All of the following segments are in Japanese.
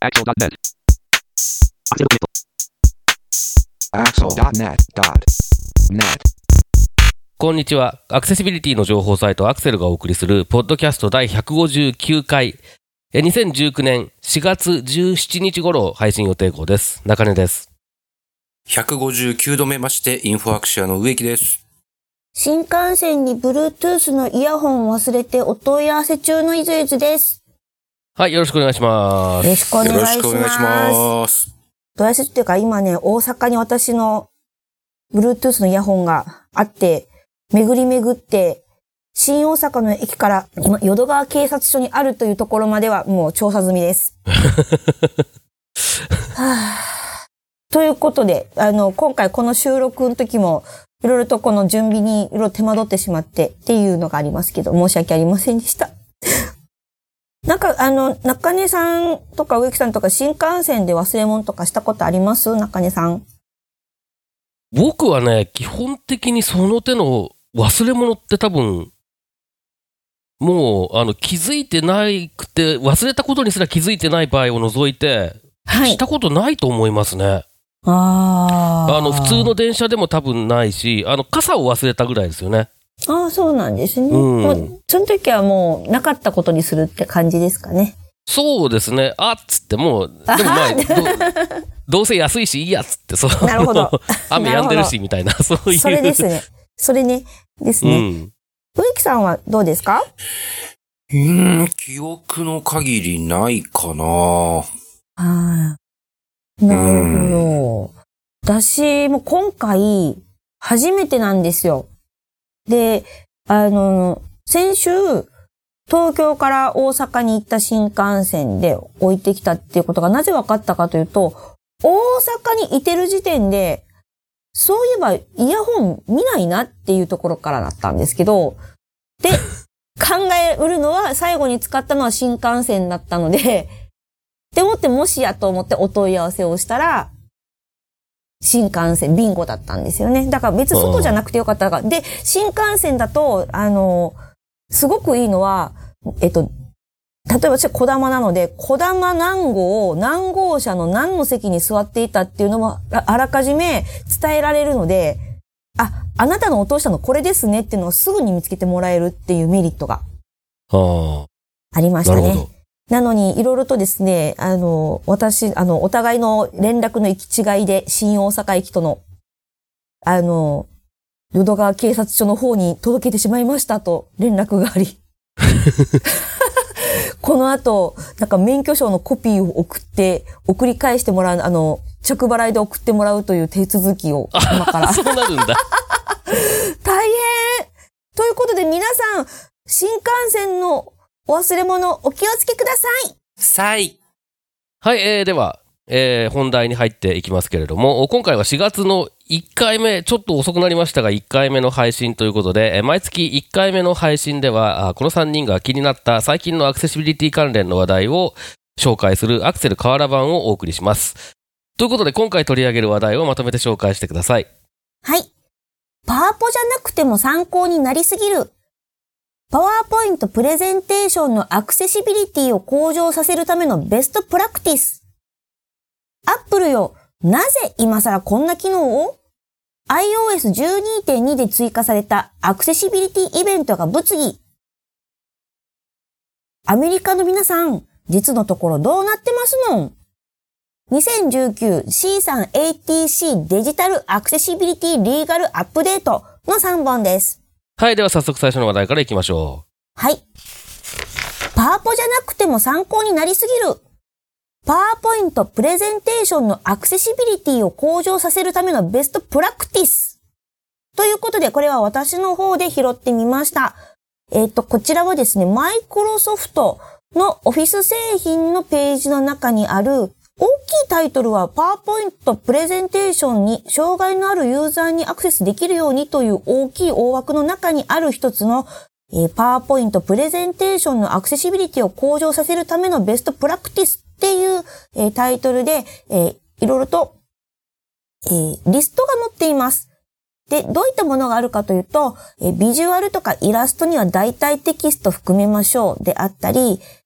Axel.net. Axel.net.net. こんにちは。アクセシビリティの情報サイトアクセルがお送りするポッドキャスト第159回。2019年4月17日頃配信予定号です。中根です。 159度目まして、インフォアクシアの植木です。 新幹線に Bluetooth のイヤホンを忘れてお問い合わせ中のいずいずです。 はい、よろしくお願いします。 よろしくお願いします。 よろしくお願いします。 問い合わせっていうか今ね、大阪に私の Bluetooth のイヤホンがあって、巡り巡って、新大阪の駅から今、淀川警察署にあるというところまではもう調査済みです。ということで、今回この収録の時も、いろいろとこの準備にいろいろ手間取ってしまってっていうのがありますけど、申し訳ありませんでした。なんか、中根さんとか植木さんとか新幹線で忘れ物とかしたことあります？中根さん。 僕はね、基本的にその手の忘れ物って多分、もう、気づいてないくて、忘れたことにすら気づいてない場合を除いて、はい、したことないと思いますね。普通の電車でも多分ないし、傘を忘れたぐらいですよね。 ああ、そうなんですね。もうその時はもうなかったことにするって感じですかね。 そうですね。っつってもう、でもまあ、どうせ安いしいいやっつって、 なるほど。 雨止んでるしみたいな、そういう。 それですね。それね、ですね。植木さんはどうですか？ 記憶の限りないかな。 なるほど。私も今回、初めてなんですよ。で、先週、東京から大阪に行った新幹線で置いてきたっていうことがなぜ分かったかというと、大阪にいてる時点で、そういえばイヤホン見ないなっていうところからだったんですけど、で、考えうるのは最後に使ったのは新幹線だったので、って思ってもしやと思ってお問い合わせをしたら、新幹線ビンゴだったんですよね。だから別に外じゃなくてよかったから。で、新幹線だと、すごくいいのは、例えば私小玉なので、小玉何号車の何の席に座っていたっていうのもあらかじめ伝えられるので、あなたのお通したのこれですねっていうのをすぐに見つけてもらえるっていうメリットがありましたね。なのに、いろいろとですね、私、お互いの連絡の行き違いで、新大阪駅との、淀川警察署の方に届けてしまいましたと連絡があり。この後、なんか免許証のコピーを送り返してもらう、着払いで送ってもらうという手続きを、今から。 そうなるんだ。 大変ということで皆さん、新幹線のお忘れ物お気をつけください。 はい、では、本題に入っていきますけれども、今回は4月の1回目、ちょっと遅くなりましたが、1回目の配信ということで、毎月1回目の配信では、この3人が気になった最近のアクセシビリティ関連の話題を紹介するアクセル河原版をお送りします。ということで、今回取り上げる話題をまとめて紹介してください。 はい。パワポじゃなくても参考になりすぎる。パワーポイントプレゼンテーションのアクセシビリティを向上させるためのベストプラクティス。アップルよ、なぜ今更こんな機能を？ iOS 12.2 で追加されたアクセシビリティイベントが物議。アメリカの皆さん、実のところどうなってますのん？ 2019 C3ATC デジタルアクセシビリティリーガルアップデートの3本です。 はい、では早速最初の話題からいきましょう。はい。パワポじゃなくても参考になりすぎる。パワーポイントプレゼンテーションのアクセシビリティを向上させるためのベストプラクティス。ということで、これは私の方で拾ってみました。こちらはですね、マイクロソフトのオフィス製品のページの中にある大きいタイトルはパワーポイントプレゼンテーションに障害のあるユーザーにアクセスできるようにという大きい大枠の中にある一つのパワーポイントプレゼンテーションのアクセシビリティを向上させるためのベストプラクティスっていうタイトルでいろいろとリストが載っています。で、どういったものがあるかというと、ビジュアルとかイラストには代替テキスト含めましょうであったり、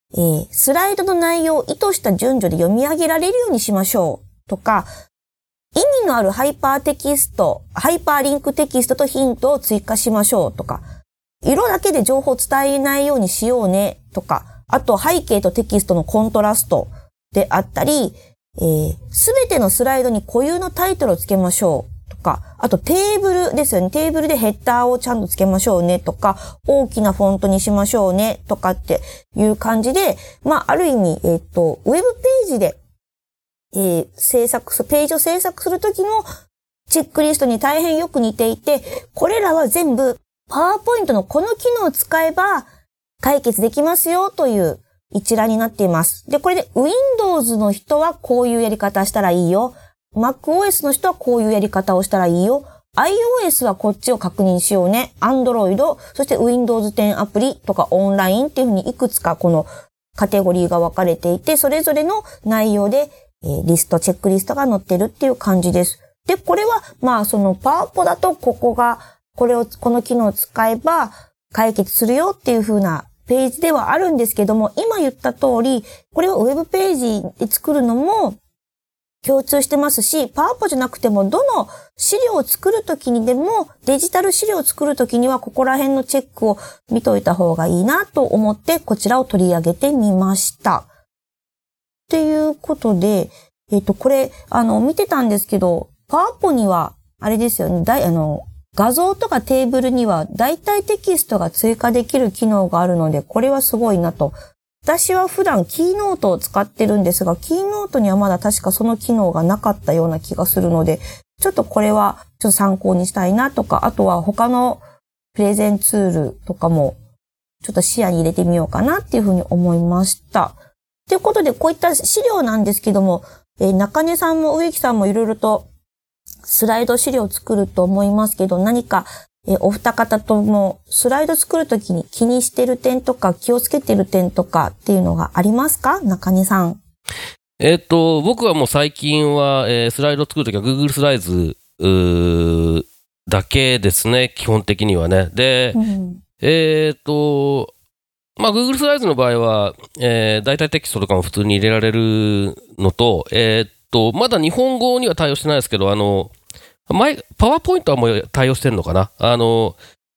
スライドの内容を意図した順序で読み上げられるようにしましょうとか、意味のあるハイパーリンクテキストとヒントを追加しましょうとか、色だけで情報を伝えないようにしようねとか、あと背景とテキストのコントラストであったり、すべてのスライドに固有のタイトルをつけましょうとか、あとテーブルですよね。テーブルでヘッダーをちゃんとつけましょうねとか、大きなフォントにしましょうねとかっていう感じで、ある意味、ウェブページで、ページを制作するときのチェックリストに大変よく似ていて、これらは全部パワーポイントのこの機能を使えば解決できますよという一覧になっています。で、これで Windows の人はこういうやり方したらいいよ。MacOS の人はこういうやり方をしたらいいよ。iOS はこっちを確認しようね。Android、そして Windows 10アプリとかオンラインっていうふうにいくつかこのカテゴリーが分かれていて、それぞれの内容でチェックリストが載ってるっていう感じです。で、これは、そのパワポだとこの機能を使えば解決するよっていう風なページではあるんですけども、今言った通り、これをウェブページで作るのも共通してますし、パワポじゃなくてもどの資料を作るときにでも、デジタル資料を作るときにはここら辺のチェックを見といた方がいいなと思ってこちらを取り上げてみました。っていうことで、これ、見てたんですけど、パワポには、あれですよね、画像とかテーブルには代替テキストが追加できる機能があるので、これはすごいなと。私は普段キーノートを使ってるんですが、キーノートにはまだ確かその機能がなかったような気がするので、ちょっとこれはちょっと参考にしたいなとか、あとは他のプレゼンツールとかもちょっと視野に入れてみようかなっていうふうに思いました。ということで、こういった資料なんですけども、中根さんも植木さんもいろいろとスライド資料を作ると思いますけど、何か、お二方ともスライド作るときに気にしてる点とか気をつけてる点とかっていうのがありますか？中根さん。 僕はもう最近は、スライド作るときは Google スライズだけですね、基本的にはね。で、Google スライズの場合は、代替テキストとかも普通に入れられるのと、まだ日本語には対応してないですけど、パワーポイントはもう対応してるのかな。その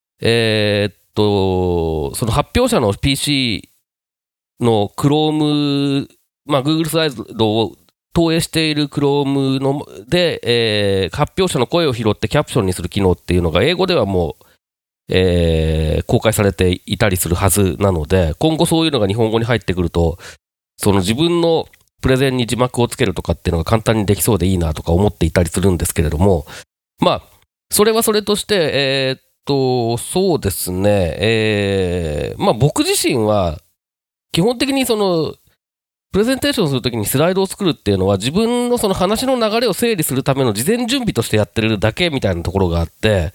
発表者の PC の Chrome、Google スライドを投影している Chrome ので、発表者の声を拾ってキャプションにする機能っていうのが英語ではもう、公開されていたりするはずなので、今後そういうのが日本語に入ってくると、その自分のプレゼンに字幕をつけるとかっていうのが簡単にできそうでいいなとか思っていたりするんですけれども、それはそれとして、そうですね、僕自身は基本的にそのプレゼンテーションするときにスライドを作るっていうのは自分のその話の流れを整理するための事前準備としてやってるだけみたいなところがあって、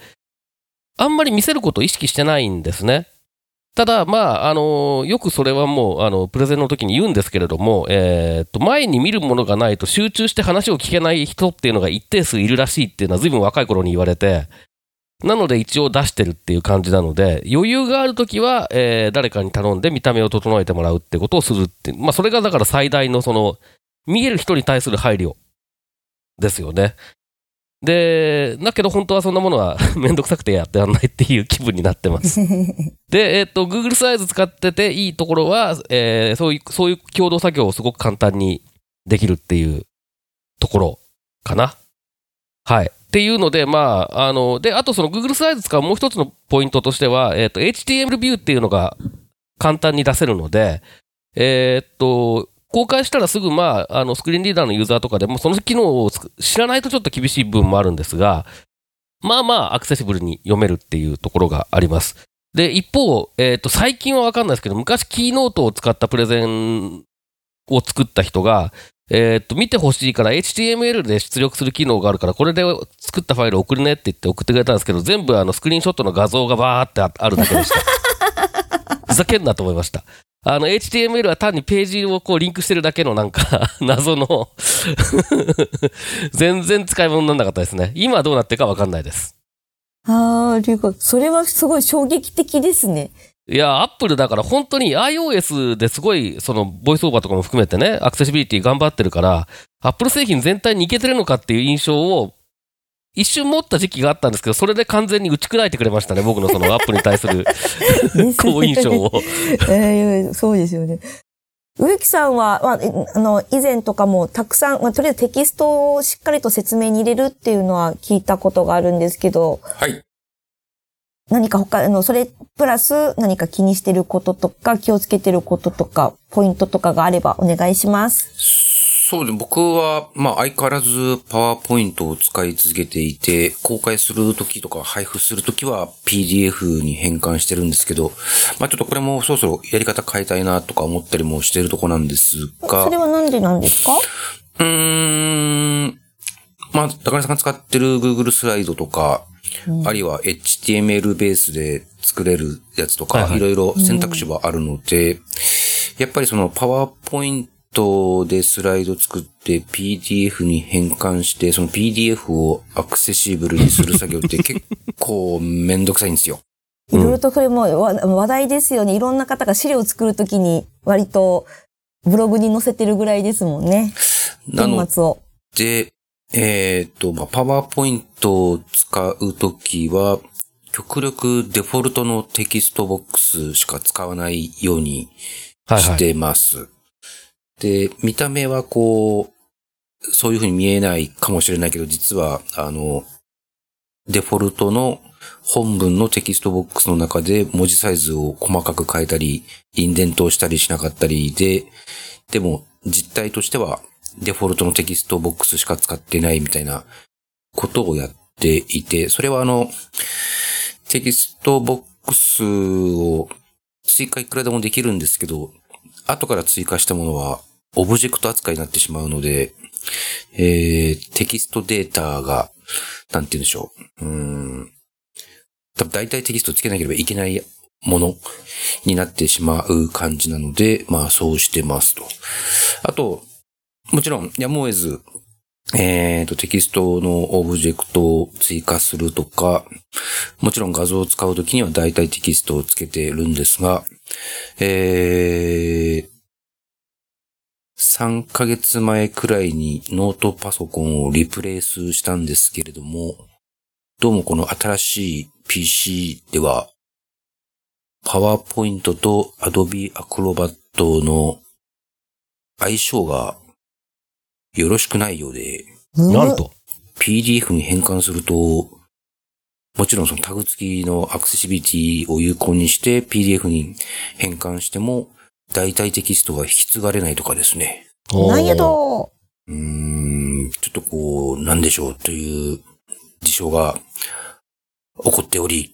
あんまり見せることを意識してないんですね。ただ、よくそれはもう、プレゼンの時に言うんですけれども、前に見るものがないと集中して話を聞けない人っていうのが一定数いるらしいっていうのは随分若い頃に言われて、なので一応出してるっていう感じなので、余裕がある時は、誰かに頼んで見た目を整えてもらうってことをするって、それがだから最大のその、見える人に対する配慮ですよね。で、だけど本当はそんなものはめんどくさくてやってらんないっていう気分になってます。で、Google スライド使ってていいところは、そういう共同作業をすごく簡単にできるっていうところかな。はい。っていうので、で、あとその Google スライド使うもう一つのポイントとしては、HTML ビューっていうのが簡単に出せるので、公開したらすぐスクリーンリーダーのユーザーとかでもその機能を知らないとちょっと厳しい部分もあるんですが、アクセシブルに読めるっていうところがあります。で、一方、最近はわかんないですけど、昔キーノートを使ったプレゼンを作った人が、見てほしいから HTML で出力する機能があるから、これで作ったファイル送るねって言って送ってくれたんですけど、全部スクリーンショットの画像がバーってあるだけでした。ふざけんなと思いました。HTML は単にページをこうリンクしてるだけのなんか謎の全然使い物にならなかったですね。今はどうなってるかわかんないです。 それはすごい衝撃的ですね。 いや、アップルだから本当に iOS ですごい、その、ボイスオーバーとかも含めてね、アクセシビリティ頑張ってるから、アップル製品全体にいけてるのかっていう印象を、一瞬持った時期があったんですけど、それで完全に打ち砕いてくれましたね、僕のそのアップルに対する好印象を。 そうですよね。植木さんは、以前とかもたくさん、とりあえずテキストをしっかりと説明に入れるっていうのは聞いたことがあるんですけど、 はい。 何かそれプラス何か気にしてることとか、気をつけてることとか、ポイントとかがあればお願いします。 そうです。僕は、相変わらずパワーポイントを使い続けていて、公開するときとか配布するときは PDF に変換してるんですけど、ちょっとこれもそろそろやり方変えたいなとか思ったりもしてるとこなんですが。 それはなんでなんですか？ 高根さんが使ってる Google スライドとか、あるいは HTML ベースで作れるやつとか、いろいろ選択肢はあるので、やっぱりそのパワーポイントでスライド作って PDF に変換して、その PDF をアクセシブルにする作業って結構めんどくさいんですよ。 いろいろとこれも話題ですよね。いろんな方が資料を作るときに割とブログに載せてるぐらいですもんね。端末を。 で、パワーポイントを使うときは、極力デフォルトのテキストボックスしか使わないようにしてます。で、見た目はそういう風に見えないかもしれないけど、実は、デフォルトの本文のテキストボックスの中で文字サイズを細かく変えたり、インデントをしたりしなかったりでも実態としてはデフォルトのテキストボックスしか使ってないみたいなことをやっていて、それはテキストボックスを追加いくらでもできるんですけど、後から追加したものはオブジェクト扱いになってしまうので、テキストデータが、なんて言うんでしょう。多分大体テキストつけなければいけないものになってしまう感じなので、そうしてますと。あと、もちろん、やむを得ず、テキストのオブジェクトを追加するとか、もちろん画像を使うときには大体テキストをつけてるんですが、3ヶ月前くらいにノートパソコンをリプレイスしたんですけれども、どうもこの新しい PC では、パワーポイントと Adobe Acrobat の相性がよろしくないようで、 なんと PDF に変換すると、もちろんそのタグ付きのアクセシビリティを有効にして PDF に変換しても、代替テキストが引き継がれないとかですね。 なんやと。 ちょっとなんでしょうという事象が起こっており、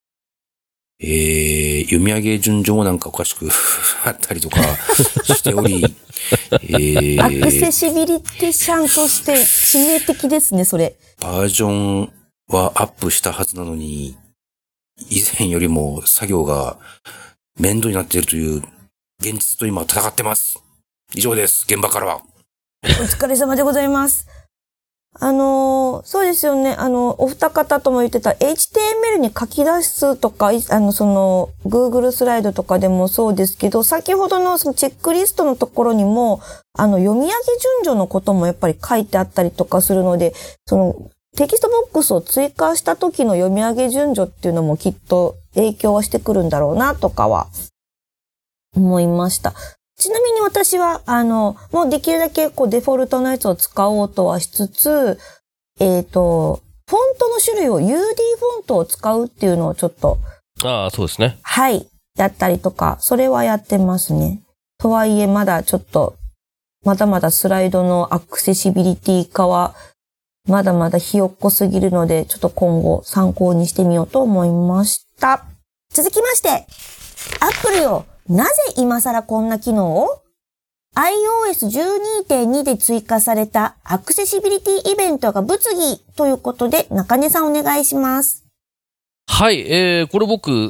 読み上げ順序もなんかおかしくあったりとかしており、 アクセシビリティシャンとして致命的ですね、それ。 バージョンはアップしたはずなのに、以前よりも作業が面倒になっているという現実と今戦ってます。以上です。現場からは。 お疲れ様でございます。そうですよね。お二方とも言ってた HTML に書き出すとか、Google スライドとかでもそうですけど、先ほどのそのチェックリストのところにも、読み上げ順序のこともやっぱり書いてあったりとかするので、テキストボックスを追加した時の読み上げ順序っていうのもきっと影響はしてくるんだろうなとかは思いました。ちなみに私は、もうできるだけデフォルトのやつを使おうとはしつつ、フォントの種類を UD フォントを使うっていうのをちょっと。 そうですね。 はい。やったりとか、それはやってますね。とはいえ、まだまだスライドのアクセシビリティ化は、まだまだひよっこすぎるので、ちょっと今後参考にしてみようと思いました。続きまして、Apple よ。なぜ今更こんな機能を？ iOS 12.2 で追加されたアクセシビリティイベントが物議ということで、中根さんお願いします。 はい、これ僕、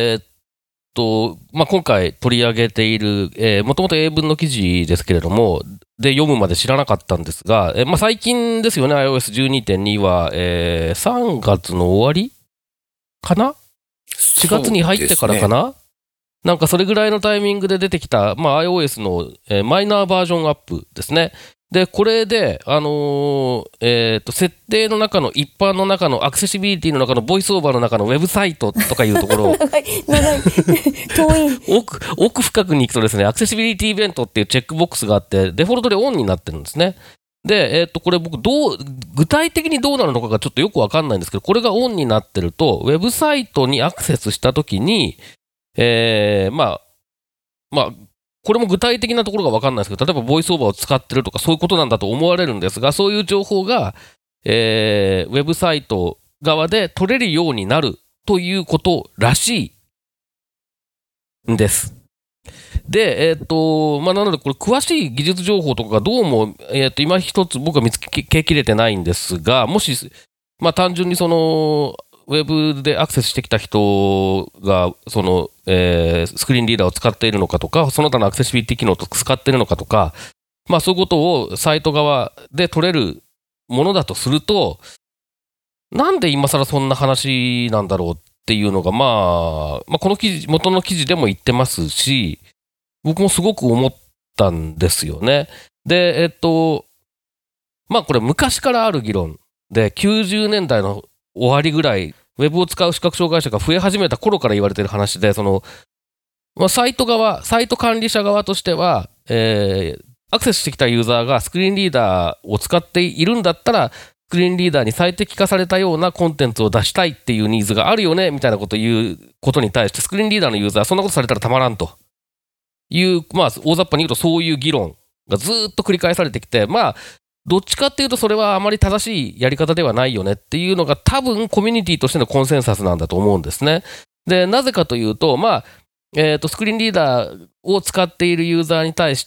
今回取り上げている、もともと英文の記事ですけれども、で読むまで知らなかったんですが、最近ですよね、iOS 12.2 は、3月の終わりかな？ 4 月に入ってからかな？ なんかそれぐらいのタイミングで出てきた、まあ、iOS の、マイナーバージョンアップですね。で、これで、設定の中の、一般の中の、アクセシビリティの中の、ボイスオーバーの中のウェブサイトとかいうところを、 長い、遠い。 奥深くに行くとですね、アクセシビリティイベントっていうチェックボックスがあって、デフォルトでオンになってるんですね。で、これ僕具体的にどうなるのかがちょっとよくわかんないんですけど、これがオンになってると、ウェブサイトにアクセスしたときに、まあ、これも具体的なところがわかんないですけど、例えばボイスオーバーを使ってるとかそういうことなんだと思われるんですが、そういう情報が、ウェブサイト側で取れるようになるということらしいんです。で、なのでこれ詳しい技術情報とかがどうも、今一つ僕は見つけきれてないんですが、もし、単純にその、ウェブでアクセスしてきた人が、その、スクリーンリーダーを使っているのかとか、その他のアクセシビリティ機能を使っているのかとか、そういうことをサイト側で取れるものだとすると、なんで今更そんな話なんだろうっていうのが、この元の記事でも言ってますし、僕もすごく思ったんですよね。で、これ昔からある議論で、90年代の終わりぐらい、ウェブを使う視覚障害者が増え始めた頃から言われている話で、その、サイト管理者側としては、アクセスしてきたユーザーがスクリーンリーダーを使っているんだったら、スクリーンリーダーに最適化されたようなコンテンツを出したいっていうニーズがあるよね、みたいなことを言うことに対して、スクリーンリーダーのユーザーはそんなことされたらたまらんという、大雑把に言うとそういう議論がずっと繰り返されてきて、どっちかっていうとそれはあまり正しいやり方ではないよねっていうのが多分コミュニティとしてのコンセンサスなんだと思うんですね。で、なぜかというと、スクリーンリーダーを使っているユーザーに対して、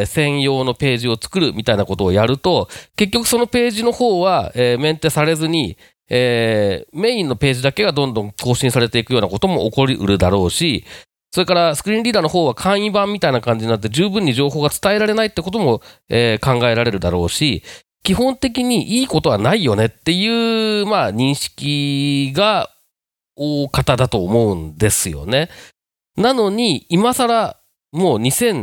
専用のページを作るみたいなことをやると、結局そのページの方は、メンテされずに、メインのページだけがどんどん更新されていくようなことも起こりうるだろうし、それからスクリーンリーダーの方は簡易版みたいな感じになって十分に情報が伝えられないってことも、考えられるだろうし、基本的にいいことはないよねっていう、認識が大方だと思うんですよね。なのに、今更もう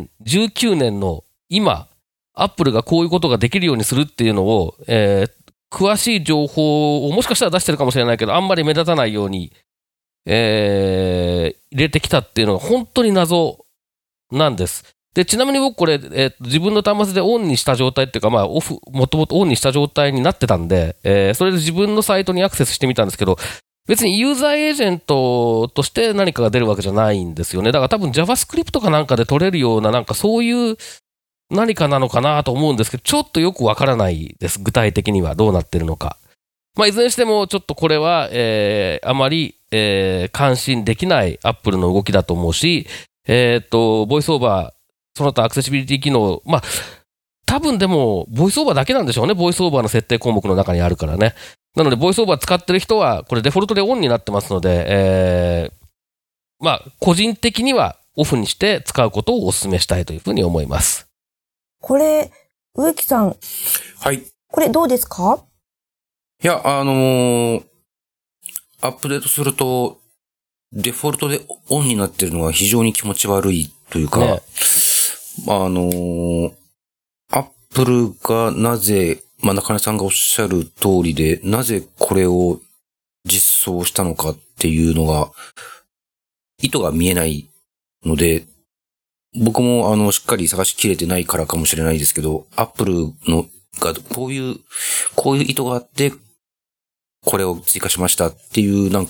2019年の今、アップルがこういうことができるようにするっていうのを、詳しい情報をもしかしたら出してるかもしれないけど、あんまり目立たないように、入れてきたっていうのが本当に謎なんです。で、ちなみに僕これ、自分の端末でオンにした状態っていうか、もともとオンにした状態になってたんで、それで自分のサイトにアクセスしてみたんですけど、別にユーザーエージェントとして何かが出るわけじゃないんですよね。だから多分 JavaScript かなんかで取れるような、なんかそういう何かなのかなと思うんですけど、ちょっとよくわからないです。具体的にはどうなってるのか。いずれにしてもちょっとこれは、あまり、関心できないアップルの動きだと思うし、ボイスオーバー、その他アクセシビリティ機能、多分でも、ボイスオーバーだけなんでしょうね。ボイスオーバーの設定項目の中にあるからね。なので、ボイスオーバー使ってる人は、これデフォルトでオンになってますので、個人的にはオフにして使うことをお勧めしたいというふうに思います。 これ、植木さん。 はい。 これどうですか？ いや、アップデートすると、デフォルトでオンになってるのが非常に気持ち悪いというか、ね、アップルがなぜ、中根さんがおっしゃる通りで、なぜこれを実装したのかっていうのが、意図が見えないので、僕もしっかり探しきれてないからかもしれないですけど、アップルのがこういう意図があって、これを追加しましたっていうその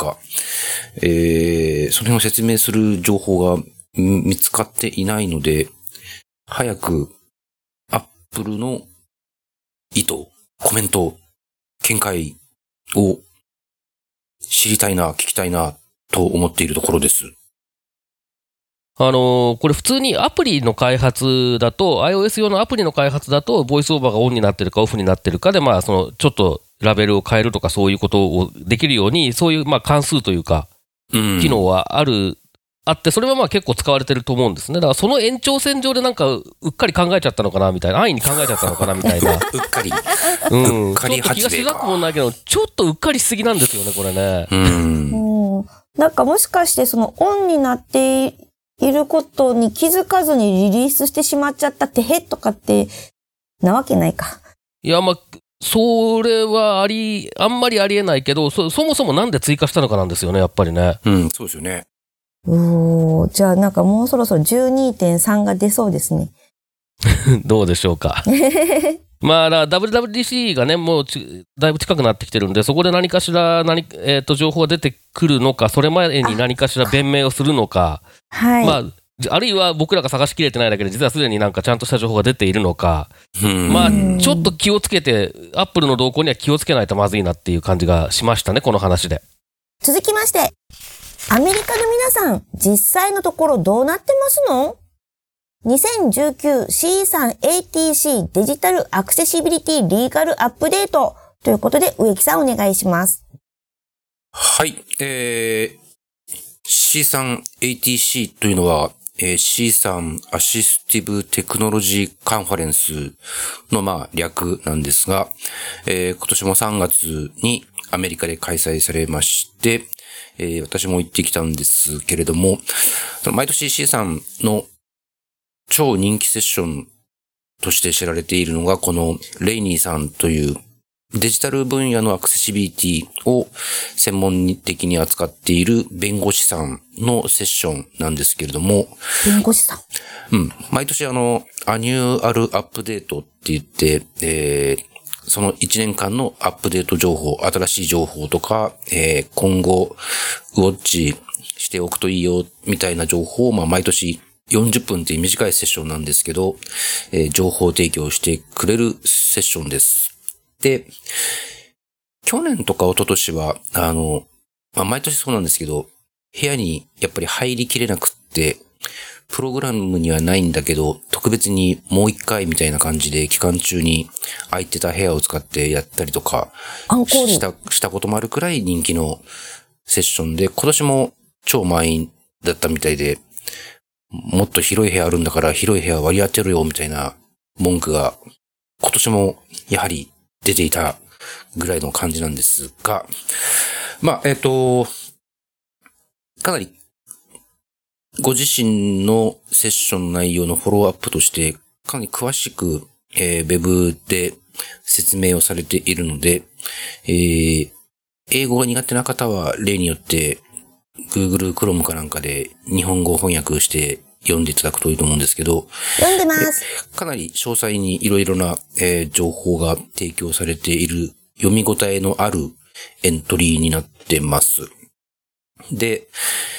辺を説明する情報が見つかっていないので、早くアップルの意図、コメント、見解を知りたいな、聞きたいなと思っているところです。 これ普通にアプリの開発だと、iOS 用のアプリの開発だと、ボイスオーバーがオンになってるかオフになってるかで、ちょっとラベルを変えるとかそういうことをできるように、そういう関数というか、機能はあって、それは結構使われてると思うんですね。だからその延長線上でうっかり考えちゃったのかなみたいな、安易に考えちゃったのかなみたいな。 うっかり。 うっかり発明か。ちょっと気がしなくもないけど、ちょっとうっかりしすぎなんですよね、これね。 もしかしてそのオンになっていることに気づかずにリリースしてしまっちゃったってへとかってなわけないか。 いや、まあ、それはあんまりありえないけど、そもそもなんで追加したのかなんですよね、やっぱりね。 うん、そうですよね。 じゃあなんかもうそろそろ 12.3 が出そうですね。 どうでしょうか。まあ、WWDC がね、もうだいぶ近くなってきてるんで、そこで何かしら、情報が出てくるのか、それ前に何かしら弁明をするのか、 はい。 まあ、あるいは僕らが探しきれてないだけで、実はすでになんかちゃんとした情報が出ているのか、まあ、ちょっと気をつけて、アップルの動向には気をつけないとまずいなっていう感じがしましたね、この話で。 続きまして、アメリカの皆さん、実際のところどうなってますの？2019 C3ATC デジタルアクセシビリティリーガルアップデートということで植木さんお願いします。 はい、C3ATC というのは、C3 アシスティブテクノロジーカンファレンスの略なんですが、今年も3月にアメリカで開催されまして、私も行ってきたんですけれども、毎年 C3 の超人気セッションとして知られているのが、このレイニーさんというデジタル分野のアクセシビリティを専門的に扱っている弁護士さんのセッションなんですけれども。 弁護士さん。 うん。毎年アニューアルアップデートって言って、その1年間のアップデート情報、新しい情報とか、今後ウォッチしておくといいよみたいな情報を毎年40分っていう短いセッションなんですけど、情報提供してくれるセッションです。で、去年とか一昨年は、毎年そうなんですけど、部屋にやっぱり入りきれなくって、プログラムにはないんだけど、特別にもう一回みたいな感じで期間中に空いてた部屋を使ってやったりとかしたこともあるくらい人気のセッションで、今年も超満員だったみたいで、もっと広い部屋あるんだから広い部屋割り当てるよみたいな文句が今年もやはり出ていたぐらいの感じなんですが、かなりご自身のセッション内容のフォローアップとしてかなり詳しく、ウェブで説明をされているので、英語が苦手な方は例によってGoogle Chrome かなんかで日本語翻訳して読んでいただくといいと思うんですけど、 読んでます。 かなり詳細にいろいろな、情報が提供されている読み応えのあるエントリーになってます。で、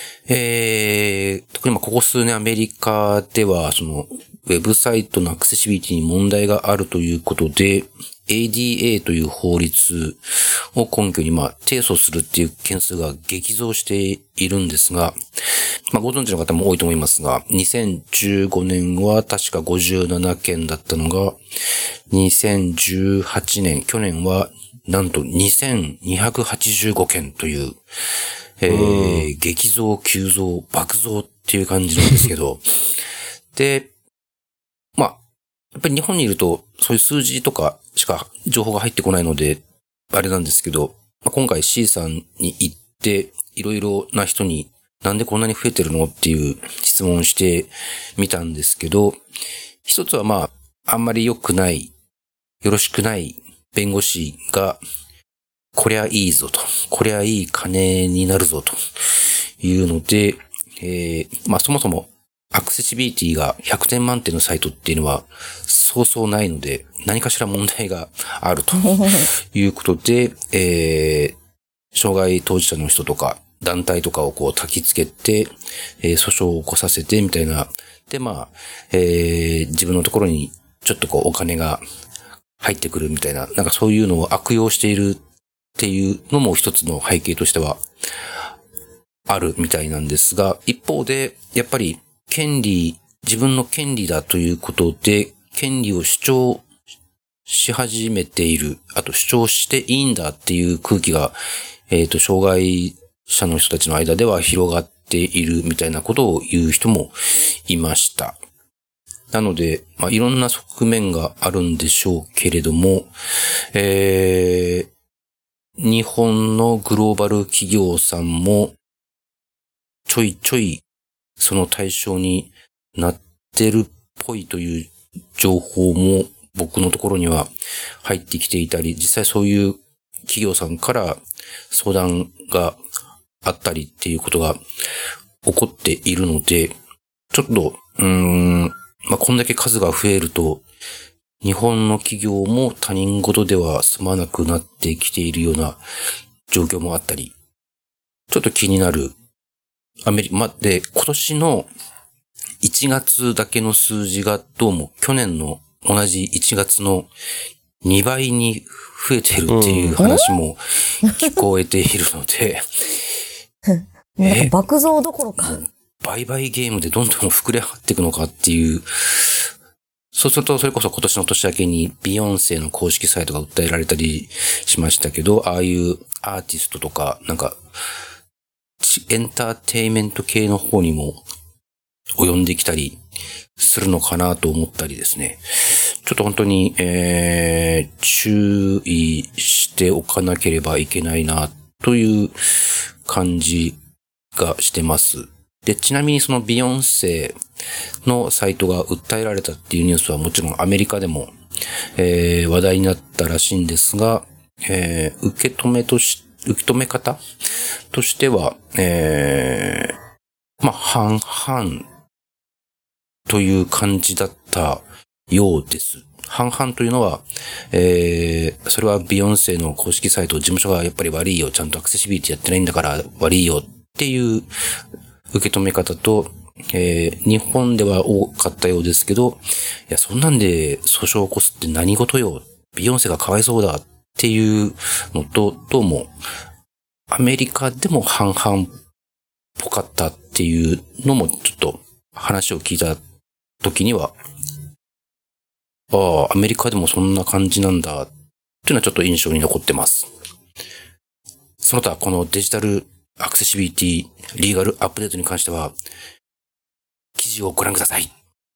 特にここ数年アメリカではそのウェブサイトのアクセシビリティに問題があるということで、ADA という法律を根拠に提訴するっていう件数が激増しているんですが、ご存知の方も多いと思いますが、2015年は確か57件だったのが、2018年、去年はなんと2285件という、激増、急増、爆増っていう感じなんですけど、で、やっぱり日本にいるとそういう数字とかしか情報が入ってこないので、あれなんですけど、今回 C さんに行っていろいろな人になんでこんなに増えてるのっていう質問をしてみたんですけど、一つはあんまり良くない、よろしくない弁護士が、こりゃいいぞと、こりゃいい金になるぞというので、そもそもアクセシビリティが100点満点のサイトっていうのはそうそうないので、何かしら問題があるということで、障害当事者の人とか団体とかを焚きつけて、訴訟を起こさせてみたいな。で、自分のところにちょっとお金が入ってくるみたいな、なんかそういうのを悪用しているっていうのも一つの背景としてはあるみたいなんですが、一方で、やっぱり自分の権利だということで、権利を主張し始めている、あと主張していいんだっていう空気が、障害者の人たちの間では広がっているみたいなことを言う人もいました。なので、いろんな側面があるんでしょうけれども、日本のグローバル企業さんもちょいちょいその対象になってるっぽいという情報も僕のところには入ってきていたり、実際そういう企業さんから相談があったりっていうことが起こっているので、ちょっと、こんだけ数が増えると、日本の企業も他人事では済まなくなってきているような状況もあったり、ちょっと気になる。で、今年の1月だけの数字がどうも去年の同じ1月の2倍に増えているっていう話も聞こえているので、 なんか爆増どころか。 売買ゲームでどんどん膨れ上がっていくのかっていう、そうするとそれこそ今年の年明けにビヨンセの公式サイトが訴えられたりしましたけど、ああいうアーティストとか、なんか、エンターテイメント系の方にも及んできたりするのかなと思ったりですね。ちょっと本当に、注意しておかなければいけないなという感じがしてます。で、ちなみにそのビヨンセのサイトが訴えられたっていうニュースはもちろんアメリカでも、話題になったらしいんですが、受け止め方としては、半々という感じだったようです。半々というのは、それはビヨンセの公式サイト、事務所がやっぱり悪いよ、ちゃんとアクセシビリティやってないんだから悪いよっていう受け止め方と、日本では多かったようですけど、いや、そんなんで訴訟を起こすって何事よ、ビヨンセがかわいそうだっていうのと、どうも、アメリカでも半々っぽかったっていうのもちょっと話を聞いた時には、アメリカでもそんな感じなんだっていうのはちょっと印象に残ってます。その他このデジタルアクセシビリティリーガルアップデートに関しては記事をご覧ください。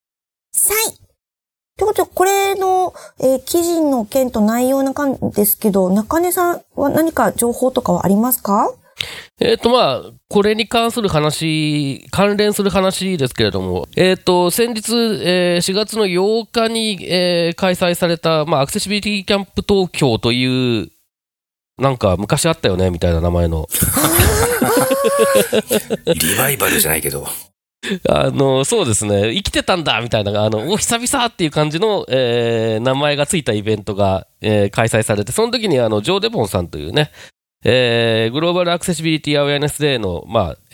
ということで、これの、記事の件と内容な感じですけど、中根さんは何か情報とかはありますか？ これに関する話、関連する話ですけれども、先日、4月の8日に、開催された、アクセシビリティキャンプ東京という、なんか昔あったよね、みたいな名前の。 リバイバルじゃないけど。 そうですね、生きてたんだみたいな、久々っていう感じの、名前がついたイベントが、開催されて、その時にジョー・デボンさんというね、グローバルアクセシビリティアウェアネスデーの、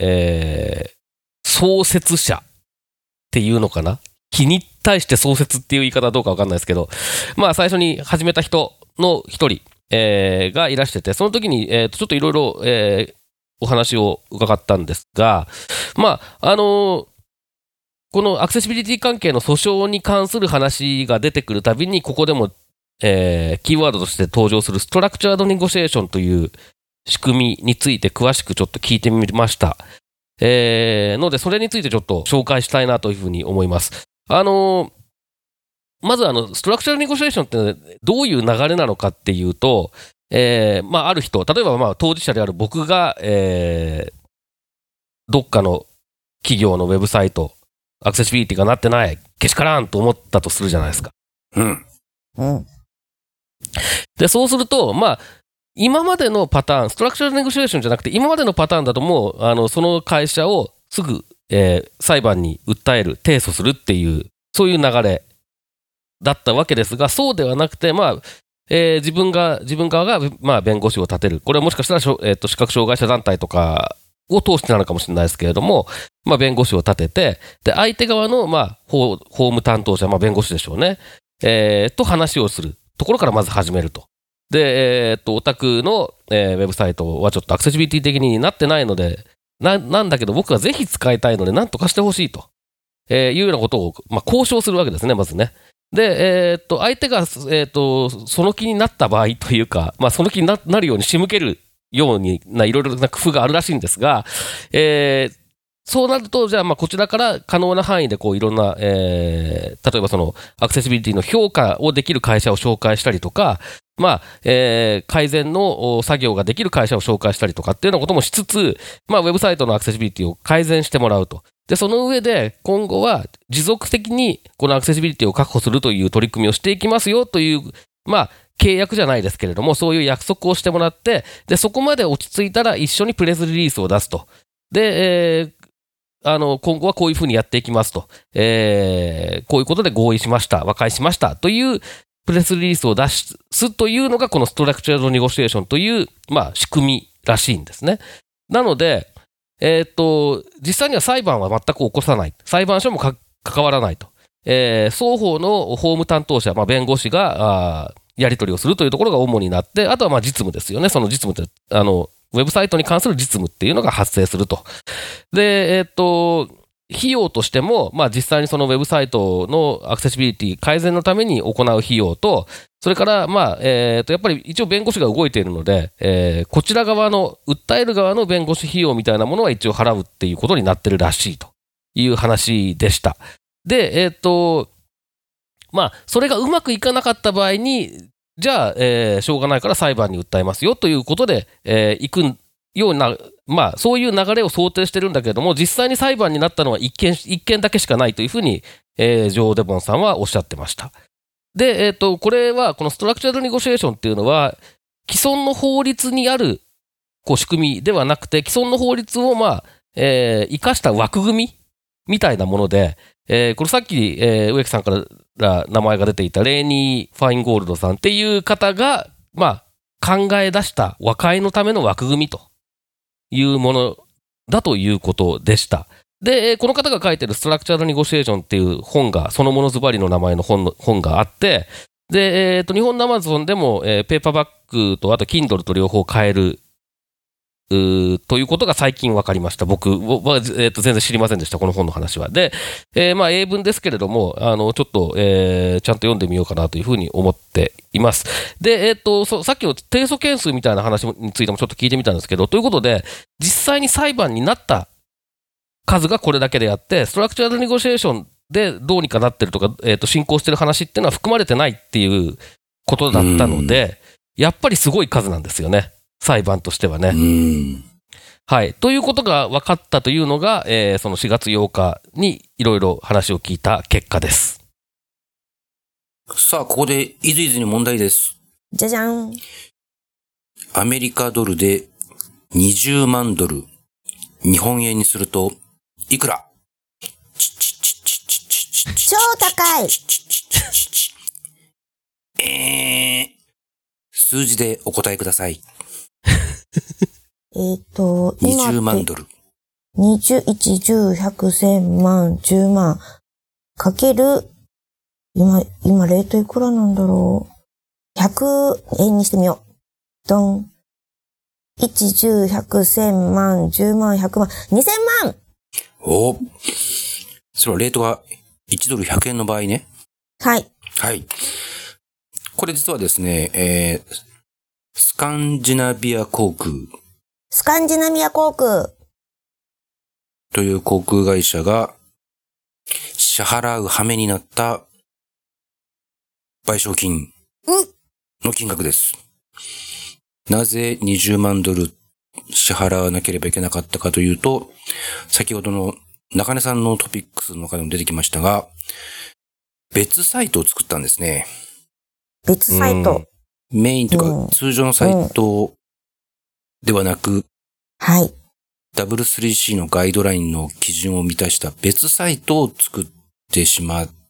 創設者っていうのかな、日に対して創設っていう言い方はどうかわかんないですけど、最初に始めた人の一人、がいらしてて、その時に、ちょっといろいろ、お話を伺ったんですが、このアクセシビリティ関係の訴訟に関する話が出てくるたびに、ここでも、キーワードとして登場するストラクチャードネゴシエーションという仕組みについて詳しくちょっと聞いてみました。ので、それについてちょっと紹介したいなというふうに思います。まずストラクチャードネゴシエーションってどういう流れなのかっていうと、ある人、例えば当事者である僕が、どっかの企業のウェブサイト、アクセシビリティがなってない、けしからんと思ったとするじゃないですか。で、そうすると、今までのパターン、ストラクチャードネゴシエーションじゃなくて、今までのパターンだともう、その会社をすぐ、裁判に訴える、提訴するっていう、そういう流れだったわけですが、そうではなくて、自分側が、弁護士を立てる。これはもしかしたら、視覚障害者団体とかを通してなのかもしれないですけれども、弁護士を立てて、で、相手側の、法務担当者、弁護士でしょうね。と話をするところからまず始めると。で、お宅の、ウェブサイトはちょっとアクセシビリティ的になってないので、なんだけど僕はぜひ使いたいので何とかしてほしいと、いうようなことを、交渉するわけですね、まずね。で、相手が、その気になった場合というか、その気になるように仕向けるようにいろいろな工夫があるらしいんですが、そうなると、じゃあ、こちらから可能な範囲で、いろんな、例えばその、アクセシビリティの評価をできる会社を紹介したりとか、改善の作業ができる会社を紹介したりとかっていうようなこともしつつ、ウェブサイトのアクセシビリティを改善してもらうと。 で、その上で今後は持続的にこのアクセシビリティを確保するという取り組みをしていきますよという、契約じゃないですけれども、そういう約束をしてもらって、で、そこまで落ち着いたら一緒にプレスリリースを出すと。で、今後はこういうふうにやっていきますと。こういうことで合意しました。和解しましたというプレスリリースを出すというのがこのストラクチャードネゴシエーションという、仕組みらしいんですね。なので、実際には裁判は全く起こさない。裁判所も関わらないと。双方の法務担当者、弁護士がやり取りをするというところが主になって、あとは実務ですよね。その実務って、ウェブサイトに関する実務っていうのが発生すると。で、費用としても、実際にそのウェブサイトのアクセシビリティ改善のために行う費用と、それから、やっぱり一応弁護士が動いているので、こちら側の、訴える側の弁護士費用みたいなものは一応払うっていうことになってるらしいという話でした。で、それがうまくいかなかった場合に、じゃあ、しょうがないから裁判に訴えますよということで、行くような、そういう流れを想定してるんだけれども、実際に裁判になったのは一件だけしかないというふうに、ジョー・デボンさんはおっしゃってました。で、これは、このストラクチャードネゴシエーションっていうのは、既存の法律にある仕組みではなくて、既存の法律を生かした枠組みみたいなもので、これさっき、植木さんから名前が出ていたレーニー・ファインゴールドさんっていう方が、考え出した和解のための枠組みというものだということでした。で、この方が書いてるストラクチャードネゴシエーションっていう本が、そのものズバリの名前の本があって、で、日本の Amazon でも、ペーパーバッグとあと Kindle と両方買えるということが最近分かりました。僕は、全然知りませんでした、この本の話は。で、英文ですけれども、ちょっと、ちゃんと読んでみようかなというふうに思っています。で、さっきの提訴件数みたいな話についてもちょっと聞いてみたんですけど、ということで、実際に裁判になった数がこれだけであって、ストラクチャードネゴシエーションでどうにかなってるとか、進行してる話っていうのは含まれてないっていうことだったので、やっぱりすごい数なんですよね。裁判としてはね。はい。ということが分かったというのが、その4月8日にいろいろ話を聞いた結果です。 さあ、ここでイズイズに問題です。 じゃじゃん。 アメリカドルで20万ドル、日本円にするといくら？ 超高い。 数字でお答えください。 20 万ドル。 20、1、10、100、1000万、10万。かける、今、レートいくらなんだろう。100円にしてみよう。ドン。1、10、100、1000万、10万、100万、2000万！ お、それはレートが1ドル100円の場合ね。 はい。 はい。これ実はですね、スカンジナビア航空。 スカンジナビア航空。 という航空会社が支払う羽目になった賠償金の金額です。なぜ20万ドル支払わなければいけなかったかというと、先ほどの中根さんのトピックスの中でも出てきましたが、別サイトを作ったんですね。 別サイト。 メインというか、通常のサイトではなく、 はい。 W3C のガイドラインの基準を満たした別サイトを作ってしまって、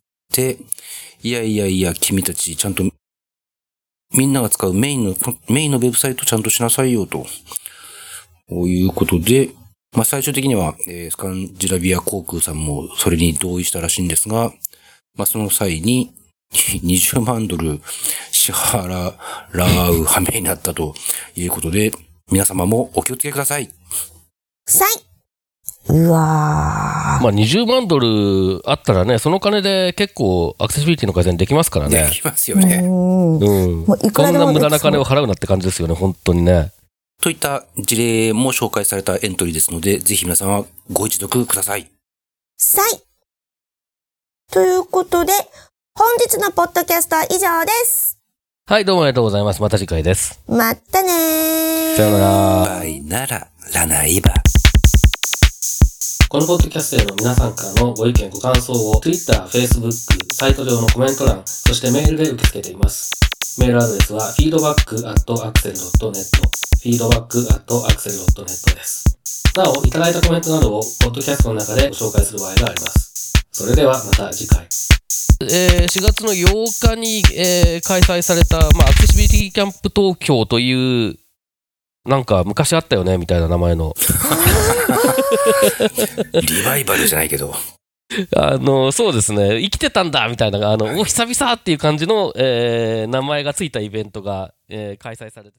いや、君たちちゃんとみんなが使うメインのウェブサイトちゃんとしなさいよと。こういうことで、最終的には、スカンジナビア航空さんもそれに同意したらしいんですが、その際に20万ドル支払う羽目になったということで、皆様もお気をつけください。 うわー。 20万ドルあったらね、その金で結構アクセシビリティの改善できますからね。 できますよね。 もういくらでもこんな無駄な金を払うなって感じですよね、本当にね。 といった事例も紹介されたエントリーですので、ぜひ皆様ご一読ください。 ということで、本日のポッドキャストは以上です。 はい、どうもありがとうございます。また次回です。 またねー。 さよなら。 バイならラナイバ。 このポッドキャストへの皆さんからのご意見ご感想を Twitter、Facebook、サイト上のコメント欄、そしてメールで受け付けています。メールアドレスは feedback@axel.net feedback@axel.net です。なお、いただいたコメントなどをポッドキャストの中でご紹介する場合があります。それではまた次回。4月の8日に、開催された、アクセシビリティキャンプ東京というなんか昔あったよねみたいな名前のリバイバルじゃないけどそうですね、生きてたんだみたいな、お久々っていう感じの、名前がついたイベントが、開催されて